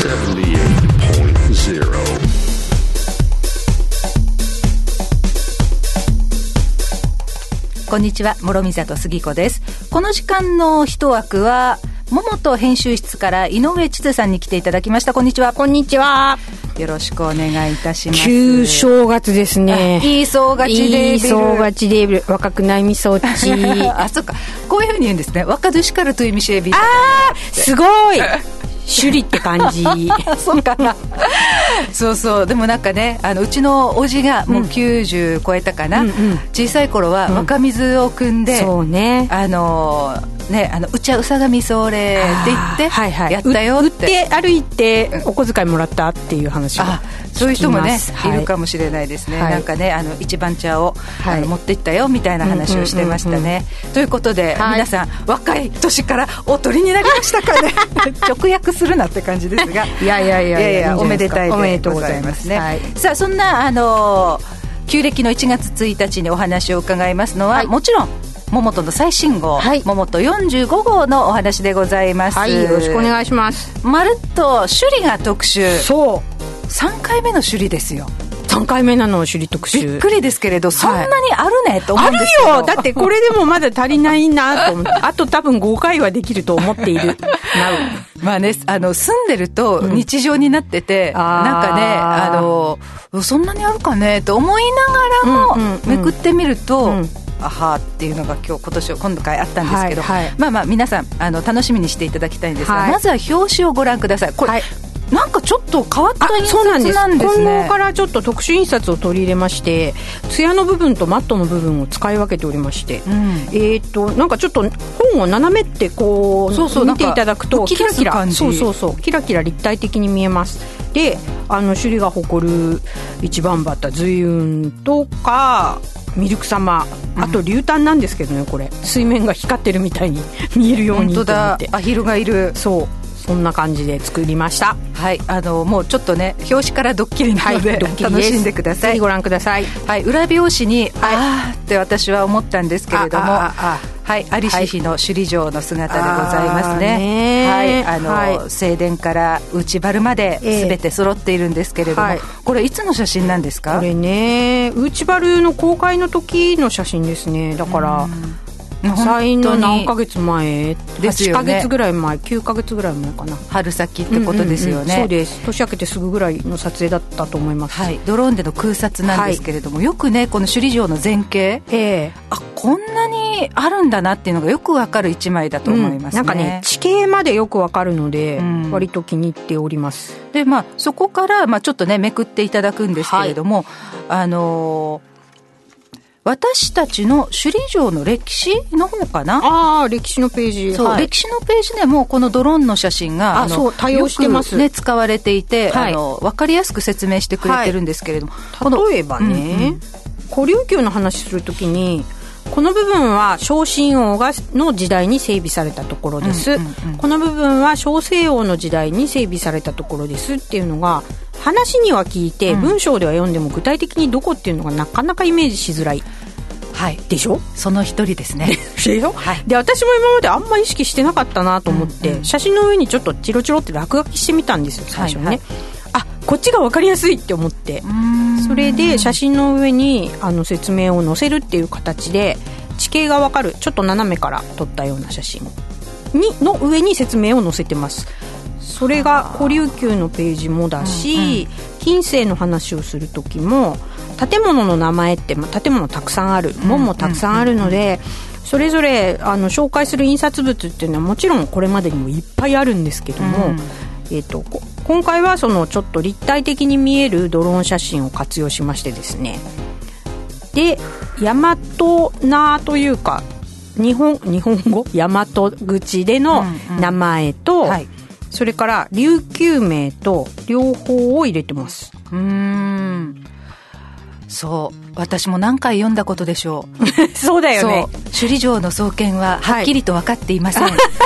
78.0 こんにちは、諸見里杉子です。この時間の一枠は桃と編集室から井上千鶴さんに来ていただきました。こんにちは。 こんにちは。 よろしくお願いいたします。 旧正月ですね。 いい総勝ちデービル。 いい総勝ちデービル。若くないみそっち。 あ、そっか。こういうふうに言うんですね。若年からというミシェビー。 あー、すごい。首里って感じ。 そうかな。そうそう。でもなんかね、うちのおじがもう90超えたかな、小さい頃は若水を汲んで、 そうね、 うちはうさがみそれって言ってやったよって、 売って歩いてお小遣いもらったっていう話を聞きます。 そういう人もね、いるかもしれないですね、なんかね、一番茶を、持っていったよみたいな話をしてましたね、ということで、皆さん若い年からお取りになりましたかね。直訳するなって感じですが、いやおめでたいでございますね。さあ、そんな旧暦の1月1日にお話を伺いますのは、もちろん桃との最新号、桃と45号のお話でございます。 よろしくお願いします。 まるっと首里が特集。 そう 3回目の首里ですよ。 3回目なの、首里特集。 びっくりですけれど、そんなにあるねと思うんですけど。 あるよ。だってこれでもまだ足りないなと思ってあと多分5回はできると思っている。 まあね、住んでると日常になってて、なんかね、そんなにあるかねと思いながらも、めくってみると、あはーっていうのが今度回あったんですけど、まあまあ皆さん楽しみにしていただきたいんですが、まずは表紙をご覧ください。これ、なんかちょっと変わった印刷なんですね。 今後からちょっと特殊印刷を取り入れまして、艶の部分とマットの部分を使い分けておりまして、なんかちょっと本を斜めってこう見ていただくとキラキラ、キラキラ立体的に見えます。で、首里が誇る一番バッタ随雲とかミルク様、あと竜炭なんですけどね、これ水面が光ってるみたいに見えるようにと思って。 本当だ、アヒルがいる。 そんな感じで作りました。 はい、もうちょっとね、表紙からドッキリなので、楽しんでください。 ぜひご覧ください。 はい、裏表紙に、あーって私は思ったんですけれども、はい、在りし日の首里城の姿でございますね。正殿から内張まで全て揃っているんですけれども、これいつの写真なんですか？ これね、内張の公開の時の写真ですね。だから祭の何ヶ月前ですよね。8ヶ月ぐらい前、9ヶ月ぐらい前かな。 春先ってことですよね。 そうです。年明けてすぐぐらいの撮影だったと思います。 ドローンでの空撮なんですけれども、よくね、この首里城の前景、こんなにあるんだなっていうのがよくわかる一枚だと思いますね。 なんかね、地形までよくわかるので、割と気に入っております。 で、まあそこからちょっとねめくっていただくんですけれども、私たちの首里城の歴史の方かな。 歴史のページ。 歴史のページでもこのドローンの写真が多用してます。 よくね使われていて、分かりやすく説明してくれてるんですけれども、 例えばね、古琉球の話するときに、この部分は小秦王の時代に整備されたところです、この部分は小西王の時代に整備されたところですっていうのが話には聞いて、文章では読んでも具体的にどこっていうのがなかなかイメージしづらい。でしょ？ その一人ですね。 でしょ？で、私も今まであんまり意識してなかったなと思って、写真の上にちょっとチロチロって落書きしてみたんですよ、最初ね。こっちが分かりやすいって思って、それで写真の上に説明を載せるっていう形で、地形が分かるちょっと斜めから撮ったような写真の上に説明を載せてます。それが古琉球のページもだし、近世の話をする時も建物の名前って建物たくさんある、門もたくさんあるので、それぞれ紹介する印刷物っていうのはもちろんこれまでにもいっぱいあるんですけども、今回はそのちょっと立体的に見えるドローン写真を活用しましてですね、で大和名というか日本語大和口での名前と、それから琉球名と両方を入れてます。 そう、私も何回読んだことでしょう。 そうだよね。 首里城の創建ははっきりと分かっていません。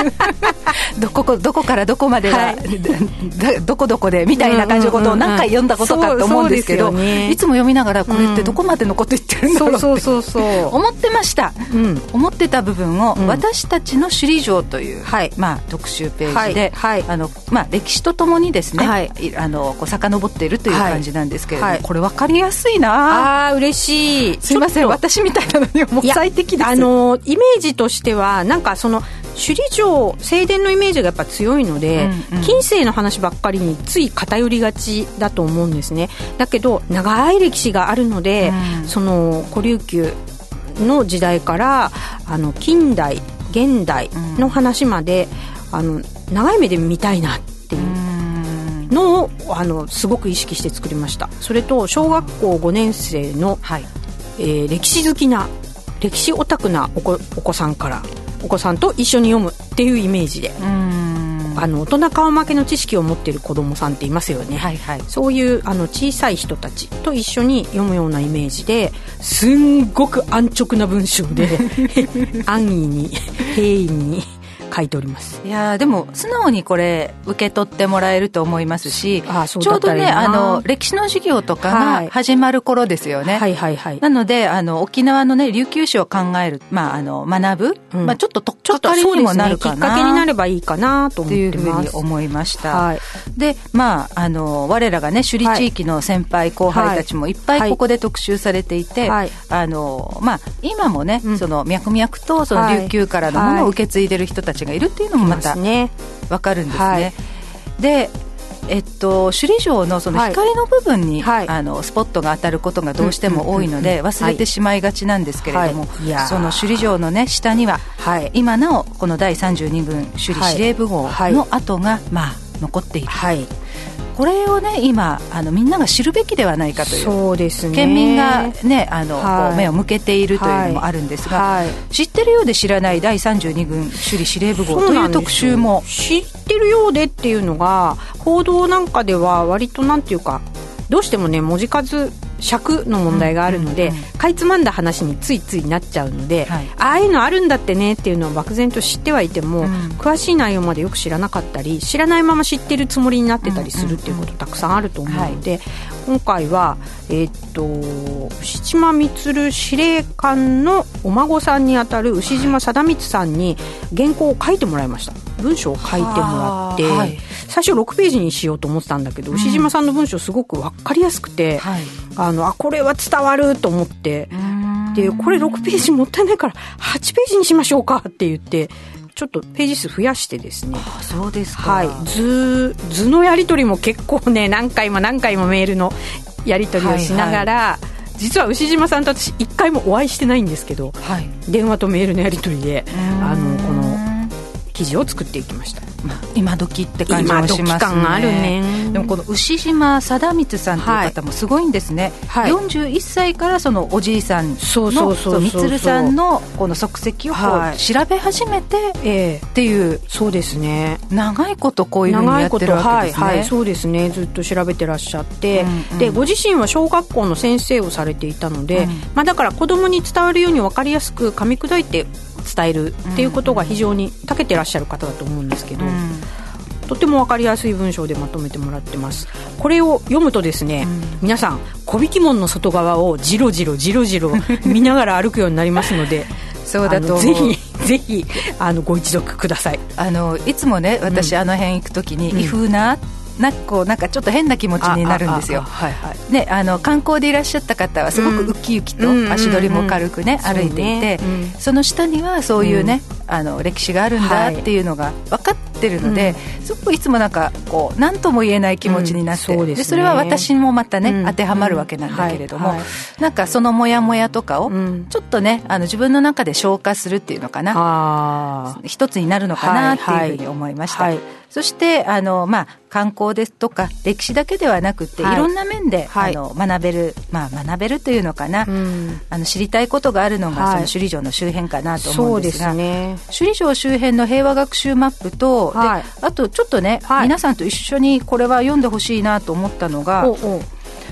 どこからどこまでが、どこどこでみたいな感じのことを何回読んだことかと思うんですけど、いつも読みながらこれってどこまでのこと言ってるんだろうって思ってました、思ってた部分を、私たちの首里城という、特集ページで、歴史とともにですね、こう遡っているという感じなんですけれども、これ分かりやすいな。 嬉しい。 すいません、私みたいなのにも最適です。 イメージとしてはなんかその首里城正殿のイメージがやっぱ強いので、近世の話ばっかりについ偏りがちだと思うんですね。だけど長い歴史があるので、その古琉球の時代から近代現代の話まで、長い目で見たいなっていうのをすごく意識して作りました。それと小学校5年生の、歴史好きな歴史オタクなお子さんと一緒に読むっていうイメージで、大人顔負けの知識を持っている子どもさんっていますよね、そういう小さい人たちと一緒に読むようなイメージで、すんごく安直な文章で安易に平易に書いております。 いやでも素直にこれ受け取ってもらえると思いますし、ちょうどね歴史の授業とかが始まる頃ですよね、なので沖縄のね琉球史を考える、学ぶ、ちょっととっかかりにもなるかな、 きっかけになればいいかなと思ってますっていうふうに思いました、で我らがね首里地域の先輩後輩たちもいっぱいここで特集されていて、今もね、その脈々とその琉球からのものを受け継いでる人たちがいるっていうのもまた分かるんですね、で首里城のその光の部分に、スポットが当たることがどうしても多いので、忘れてしまいがちなんですけれども、その首里城のね下には、今なおこの第32軍首里司令部号の跡が、残っている、これをね今みんなが知るべきではないかという、 そうですね、 県民がねこう目を向けているというのもあるんですが、知ってるようで知らない第32軍首里司令部号という特集も、 知ってるようでっていうのが報道なんかでは割となんていうか、どうしてもね文字数尺の問題があるので、かいつまんだ話についついなっちゃうので、ああいうのあるんだってねっていうのは漠然と知ってはいても、詳しい内容までよく知らなかったり、知らないまま知ってるつもりになってたりするっていうことたくさんあると思うので、今回は牛島満司令官のお孫さんにあたる牛島貞光さんに原稿を書いてもらいました。文章を書いてもらって、最初6ページにしようと思ってたんだけど、牛島さんの文章すごく分かりやすくて、これは伝わると思って、でこれ6ページもったいないから8ページにしましょうかって言ってちょっとページ数増やしてですね。 そうですか。 図のやり取りも結構ね何回もメールのやり取りをしながら、実は牛島さんと私1回もお会いしてないんですけど、電話とメールのやり取りでこの記事を作っていきました。 今時って感じもしますね。今時感あるね。でもこの牛島貞光さんという方もすごいんですね、41歳からそのおじいさんの光さんのこの足跡を調べ始めてっていう、 そうですね、 長いことこういうふうにやってるわけですね。 そうですね、ずっと調べてらっしゃって、でご自身は小学校の先生をされていたので、だから子供に伝わるように分かりやすく噛み砕いて伝えるっていうことが非常に長けてらっしゃる方だと思うんですけど、とても分かりやすい文章でまとめてもらってます。これを読むとですね、皆さん小引門の外側をじろじろ見ながら歩くようになりますのでそうだと思う。 ぜひご一読ください。 いつもね私辺行くときに、威風ななんかちょっと変な気持ちになるんですよ。ね、観光でいらっしゃった方はすごくウキウキと足取りも軽くね、歩いていて、その下にはそういうね、歴史があるんだっていうのが分かってるので、すごくいつもなんかこう何とも言えない気持ちになって、でそれは私もまたね、当てはまるわけなんだけれども、なんかそのモヤモヤとかをちょっとね自分の中で消化するっていうのかな、一つになるのかなっていうふうに思いました。そして観光ですとか歴史だけではなくて、いろんな面で、学べるというのかな、知りたいことがあるのが、その首里城の周辺かなと思うんですが、首里城周辺の平和学習マップと、あとちょっとね、皆さんと一緒にこれは読んでほしいなと思ったのが、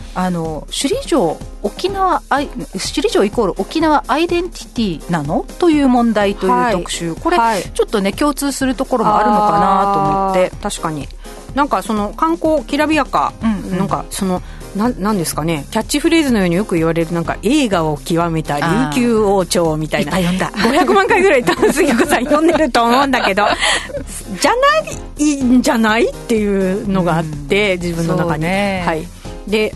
首里城首里城イコール沖縄アイデンティティなのという問題という特集、これ、ちょっとね共通するところもあるのかなと思って。 確かになんかその観光きらびやか、なんかそのなんですかね、キャッチフレーズのようによく言われるなんか映画を極めた琉球王朝みたいな、 いっぱい読んだ 500万回ぐらい杉子さん読んでると思うんだけどじゃないんじゃないっていうのがあって、自分の中に、はい、で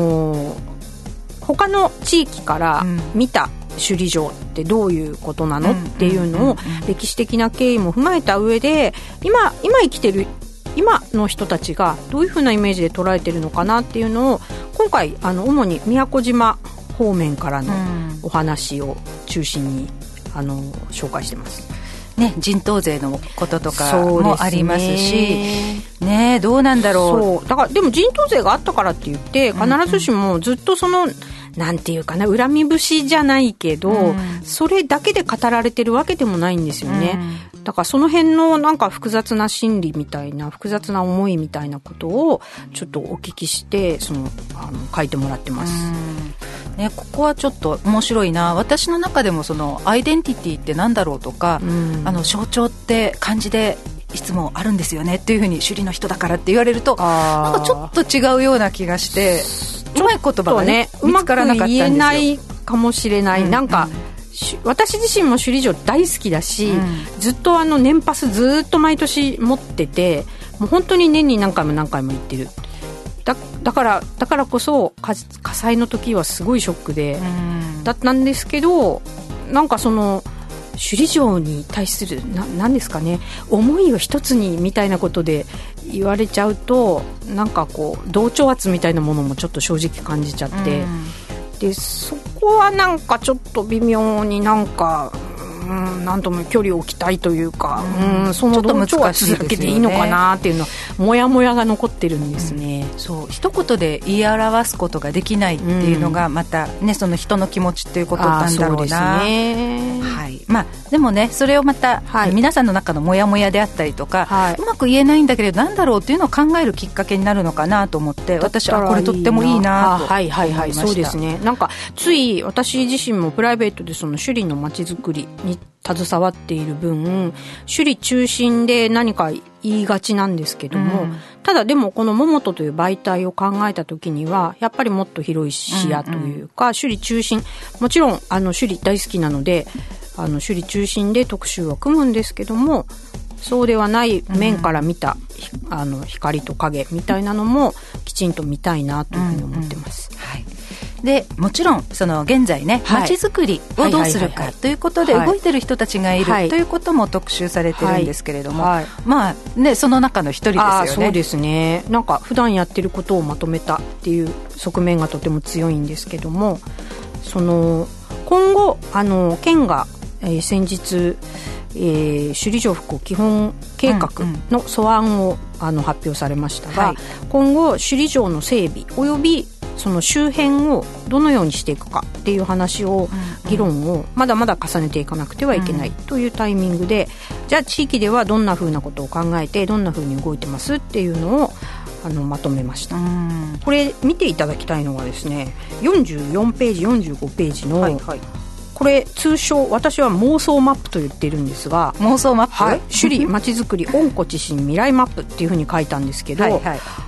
他の地域から見た首里城ってどういうことなのっていうのを歴史的な経緯も踏まえた上で今生きてる今の人たちがどういうふうなイメージで捉えてるのかなっていうのを今回主に宮古島方面からのお話を中心に紹介してます、 ね、人頭税のこととかもありますし、ね、どうなんだろう。 そうだからでも人頭税があったからって言って必ずしもずっとそのなんていうかな恨み節じゃないけど、それだけで語られてるわけでもないんですよね、だからその辺のなんか複雑な心理みたいな複雑な思いみたいなことをちょっとお聞きして書いてもらってます、 ね、ここはちょっと面白いな。私の中でもそのアイデンティティってなんだろうとか、象徴って漢字でいつもあるんですよねっていうふうに首里の人だからって言われるとなんかちょっと違うような気がして、うまい言葉がねうまく言えないかもしれない、なんか私自身も首里城大好きだし、ずっと年パスずっと毎年持ってて、もう本当に年に何回も何回も行ってる。だからこそ火災の時はすごいショックで、だったんですけど、なんかその首里城に対するなんですかね、思いを一つにみたいなことで言われちゃうと、なんかこう同調圧みたいなものもちょっと正直感じちゃって、でそこはなんかちょっと微妙になんかなんとも距離を置きたいというか、その同調圧だけでいいのかなっていうのはモヤモヤが残ってるんですね、 そう一言で言い表すことができないっていうのがまたね、その人の気持ちっていうことなんだろうな。そうですね、はい、まあでもね、それをまた、皆さんの中のモヤモヤであったりとか、うまく言えないんだけれどなんだろうっていうのを考えるきっかけになるのかなと思って、私はこれとってもいいなと思いました。 そうですね、なんかつい私自身もプライベートでその首里の街づくりに携わっている分、首里中心で何か言いがちなんですけども、ただでもこの桃とという媒体を考えた時にはやっぱりもっと広い視野というか、首里中心、もちろん首里大好きなので首里中心で特集は組むんですけども、そうではない面から見た、光と影みたいなのもきちんと見たいなというふうに思ってます、はい。 でもちろんその現在ね、街づくりをどうするかということで動いてる人たちがいるということも特集されてるんですけれども、まあね、その中の一人ですよね。 そうですね、なんか普段やってることをまとめたっていう側面がとても強いんですけども、その今後県が、先日首里城復興基本計画の素案を発表されましたが、今後首里城の整備およびその周辺をどのようにしていくかっていう話を、議論をまだまだ重ねていかなくてはいけないというタイミングで、じゃあ地域ではどんな風なことを考えてどんな風に動いてますっていうのをまとめました。これ見ていただきたいのはですね、44ページ45ページの、これ通称私は妄想マップと言っているんですが、 妄想マップ、 首里まちづくり温故知新未来マップっていう風に書いたんですけど、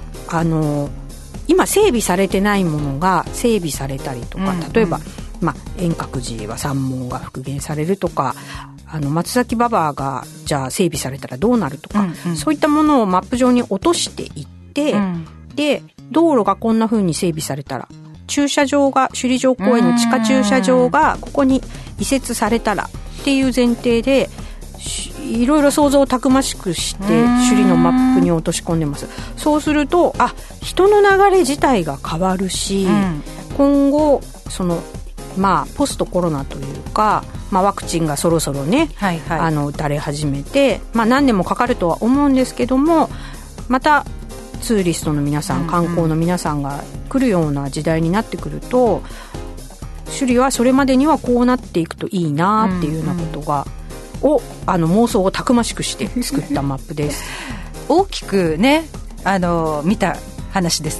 今整備されてないものが整備されたりとか、例えば、遠隔寺は三門が復元されるとか、松崎馬場がじゃあ整備されたらどうなるとか、そういったものをマップ上に落としていって、で道路がこんな風に整備されたら、駐車場が首里城公園の地下駐車場がここに移設されたらっていう前提でいろいろ想像をたくましくして首里のマップに落とし込んでます。そうすると人の流れ自体が変わるし、今後そのポストコロナというか、ワクチンがそろそろね、打たれ始めて、何年もかかるとは思うんですけども、またツーリストの皆さん、観光の皆さんが来るような時代になってくると、首里はそれまでにはこうなっていくといいなっていうようなことが、妄想をたくましくして作ったマップです。 大きくね見た話ですね。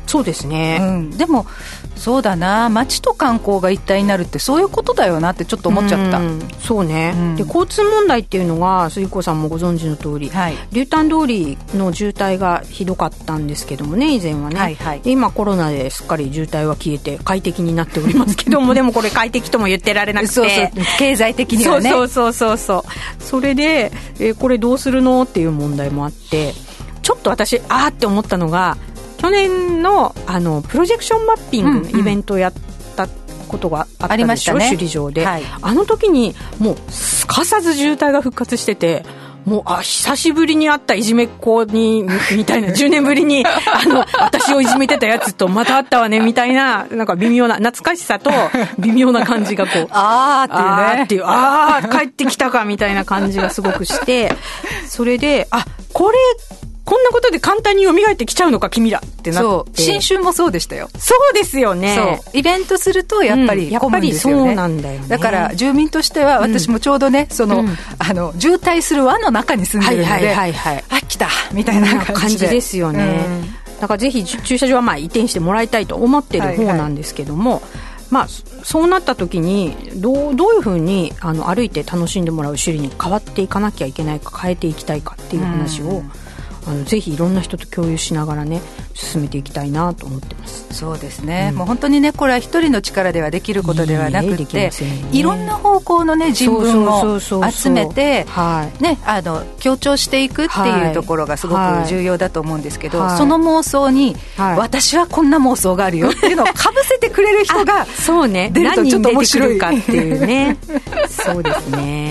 そうですね、 でもそうだな、街と観光が一体になるってそういうことだよなってちょっと思っちゃった。 そうね、で交通問題っていうのが杉子さんもご存知の通り、竜丹通りの渋滞がひどかったんですけどもね、以前はね、で今コロナですっかり渋滞は消えて快適になっておりますけどもでもこれ快適とも言ってられなくてそう経済的にはね、 それで、これどうするのっていう問題もあって、ちょっと私って思ったのが、去年のプロジェクションマッピングのイベントをやったことがあったでしょ、 ありましたね、 首里城で、あの時にもうすかさず渋滞が復活してて、もう久しぶりに会ったいじめっ子にみたいな10年ぶりに私をいじめてたやつとまた会ったわねみたいな、なんか微妙な懐かしさと微妙な感じがこうっていう帰ってきたかみたいな感じがすごくして、それでこんなことで簡単に蘇ってきちゃうのか君らってなって、 新春もそうでしたよ。 そうですよね。 イベントするとやっぱり混むんですよね、 そうなんだよね。 だから住民としては、私もちょうどね、渋滞する輪の中に住んでるので、来たみたいな感じですよね、だからぜひ駐車場は移転してもらいたいと思ってる方なんですけども、そうなった時にどういうふうに歩いて楽しんでもらう首里に変わっていかなきゃいけないか、変えていきたいかっていう話を、ぜひいろんな人と共有しながらね、進めていきたいなと思ってます。 そうですね、もう本当にね、これは一人の力ではできることではなくて、いろんな方向のね、人文を集めて強調していくっていうところがすごく重要だと思うんですけど、その妄想に、私はこんな妄想があるよっていうのをかぶせてくれる人がそうね、 出るとちょっと面白いかっていうねそうですね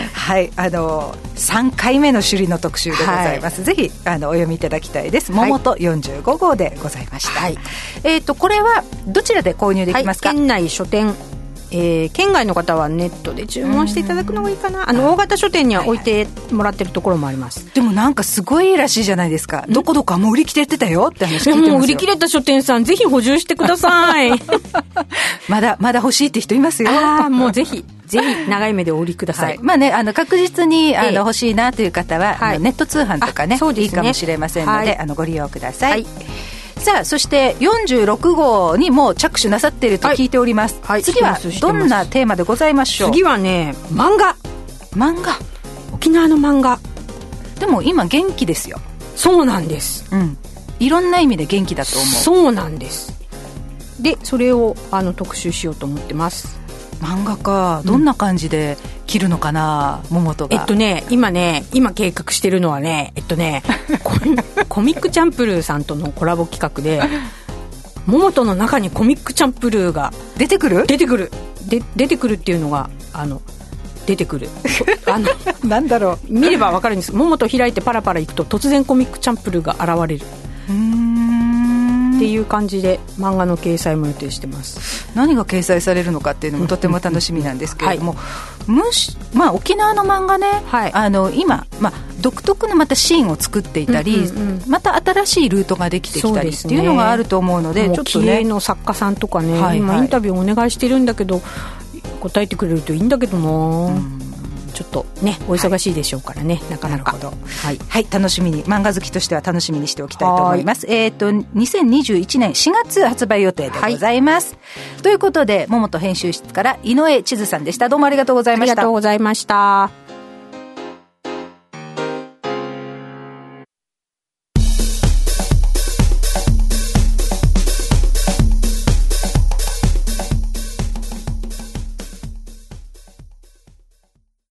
3回目の首里の特集でございます、ぜひお読みいただきたいです。桃と45号でございました、これはどちらで購入できますか？ 県内書店、県外の方はネットで注文していただくのがいいかな。大型書店には置いてもらってるところもあります、 でもなんかすごいらしいじゃないですか。どこどこはもう売り切れてたよって話聞いてますよ。 もう売り切れた書店さんぜひ補充してくださいまだ欲しいって人いますよ。 もうぜひ長い目でお売りください、 確実に欲しいなという方は、ネット通販とかね、いいかもしれませんので、ご利用ください、さあ、そして46号にも着手なさっていると聞いております、次はどんなテーマでございましょう？ 次はね、漫画、沖縄の漫画。 でも今元気ですよ。 そうなんです、 いろんな意味で元気だと思う。 そうなんです。でそれを特集しようと思ってます。 漫画か、どんな感じで切るのかな、桃とが。 今計画してるのはね、コミックチャンプルーさんとのコラボ企画で、桃との中にコミックチャンプルーが出てくる出てくるっていうのが出てくるなんだろう、 見れば分かるんです。桃と開いてパラパラいくと突然コミックチャンプルーが現れるっていう感じで、漫画の掲載も予定してます。 何が掲載されるのかっていうのもとても楽しみなんですけれども、沖縄の漫画ね、今、独特のまたシーンを作っていたり、また新しいルートができてきたりっていうのがあると思うので、ちょっとね、 気鋭の作家さんとかね、今インタビューお願いしてるんだけど、答えてくれるといいんだけどな、ちょっとね、お忙しいでしょうからね、なかなか。楽しみに、漫画好きとしては楽しみにしておきたいと思います。2021年4月発売予定でございます、ということで、桃と編集室から井上千鶴さんでした。どうもありがとうございました。 ありがとうございました。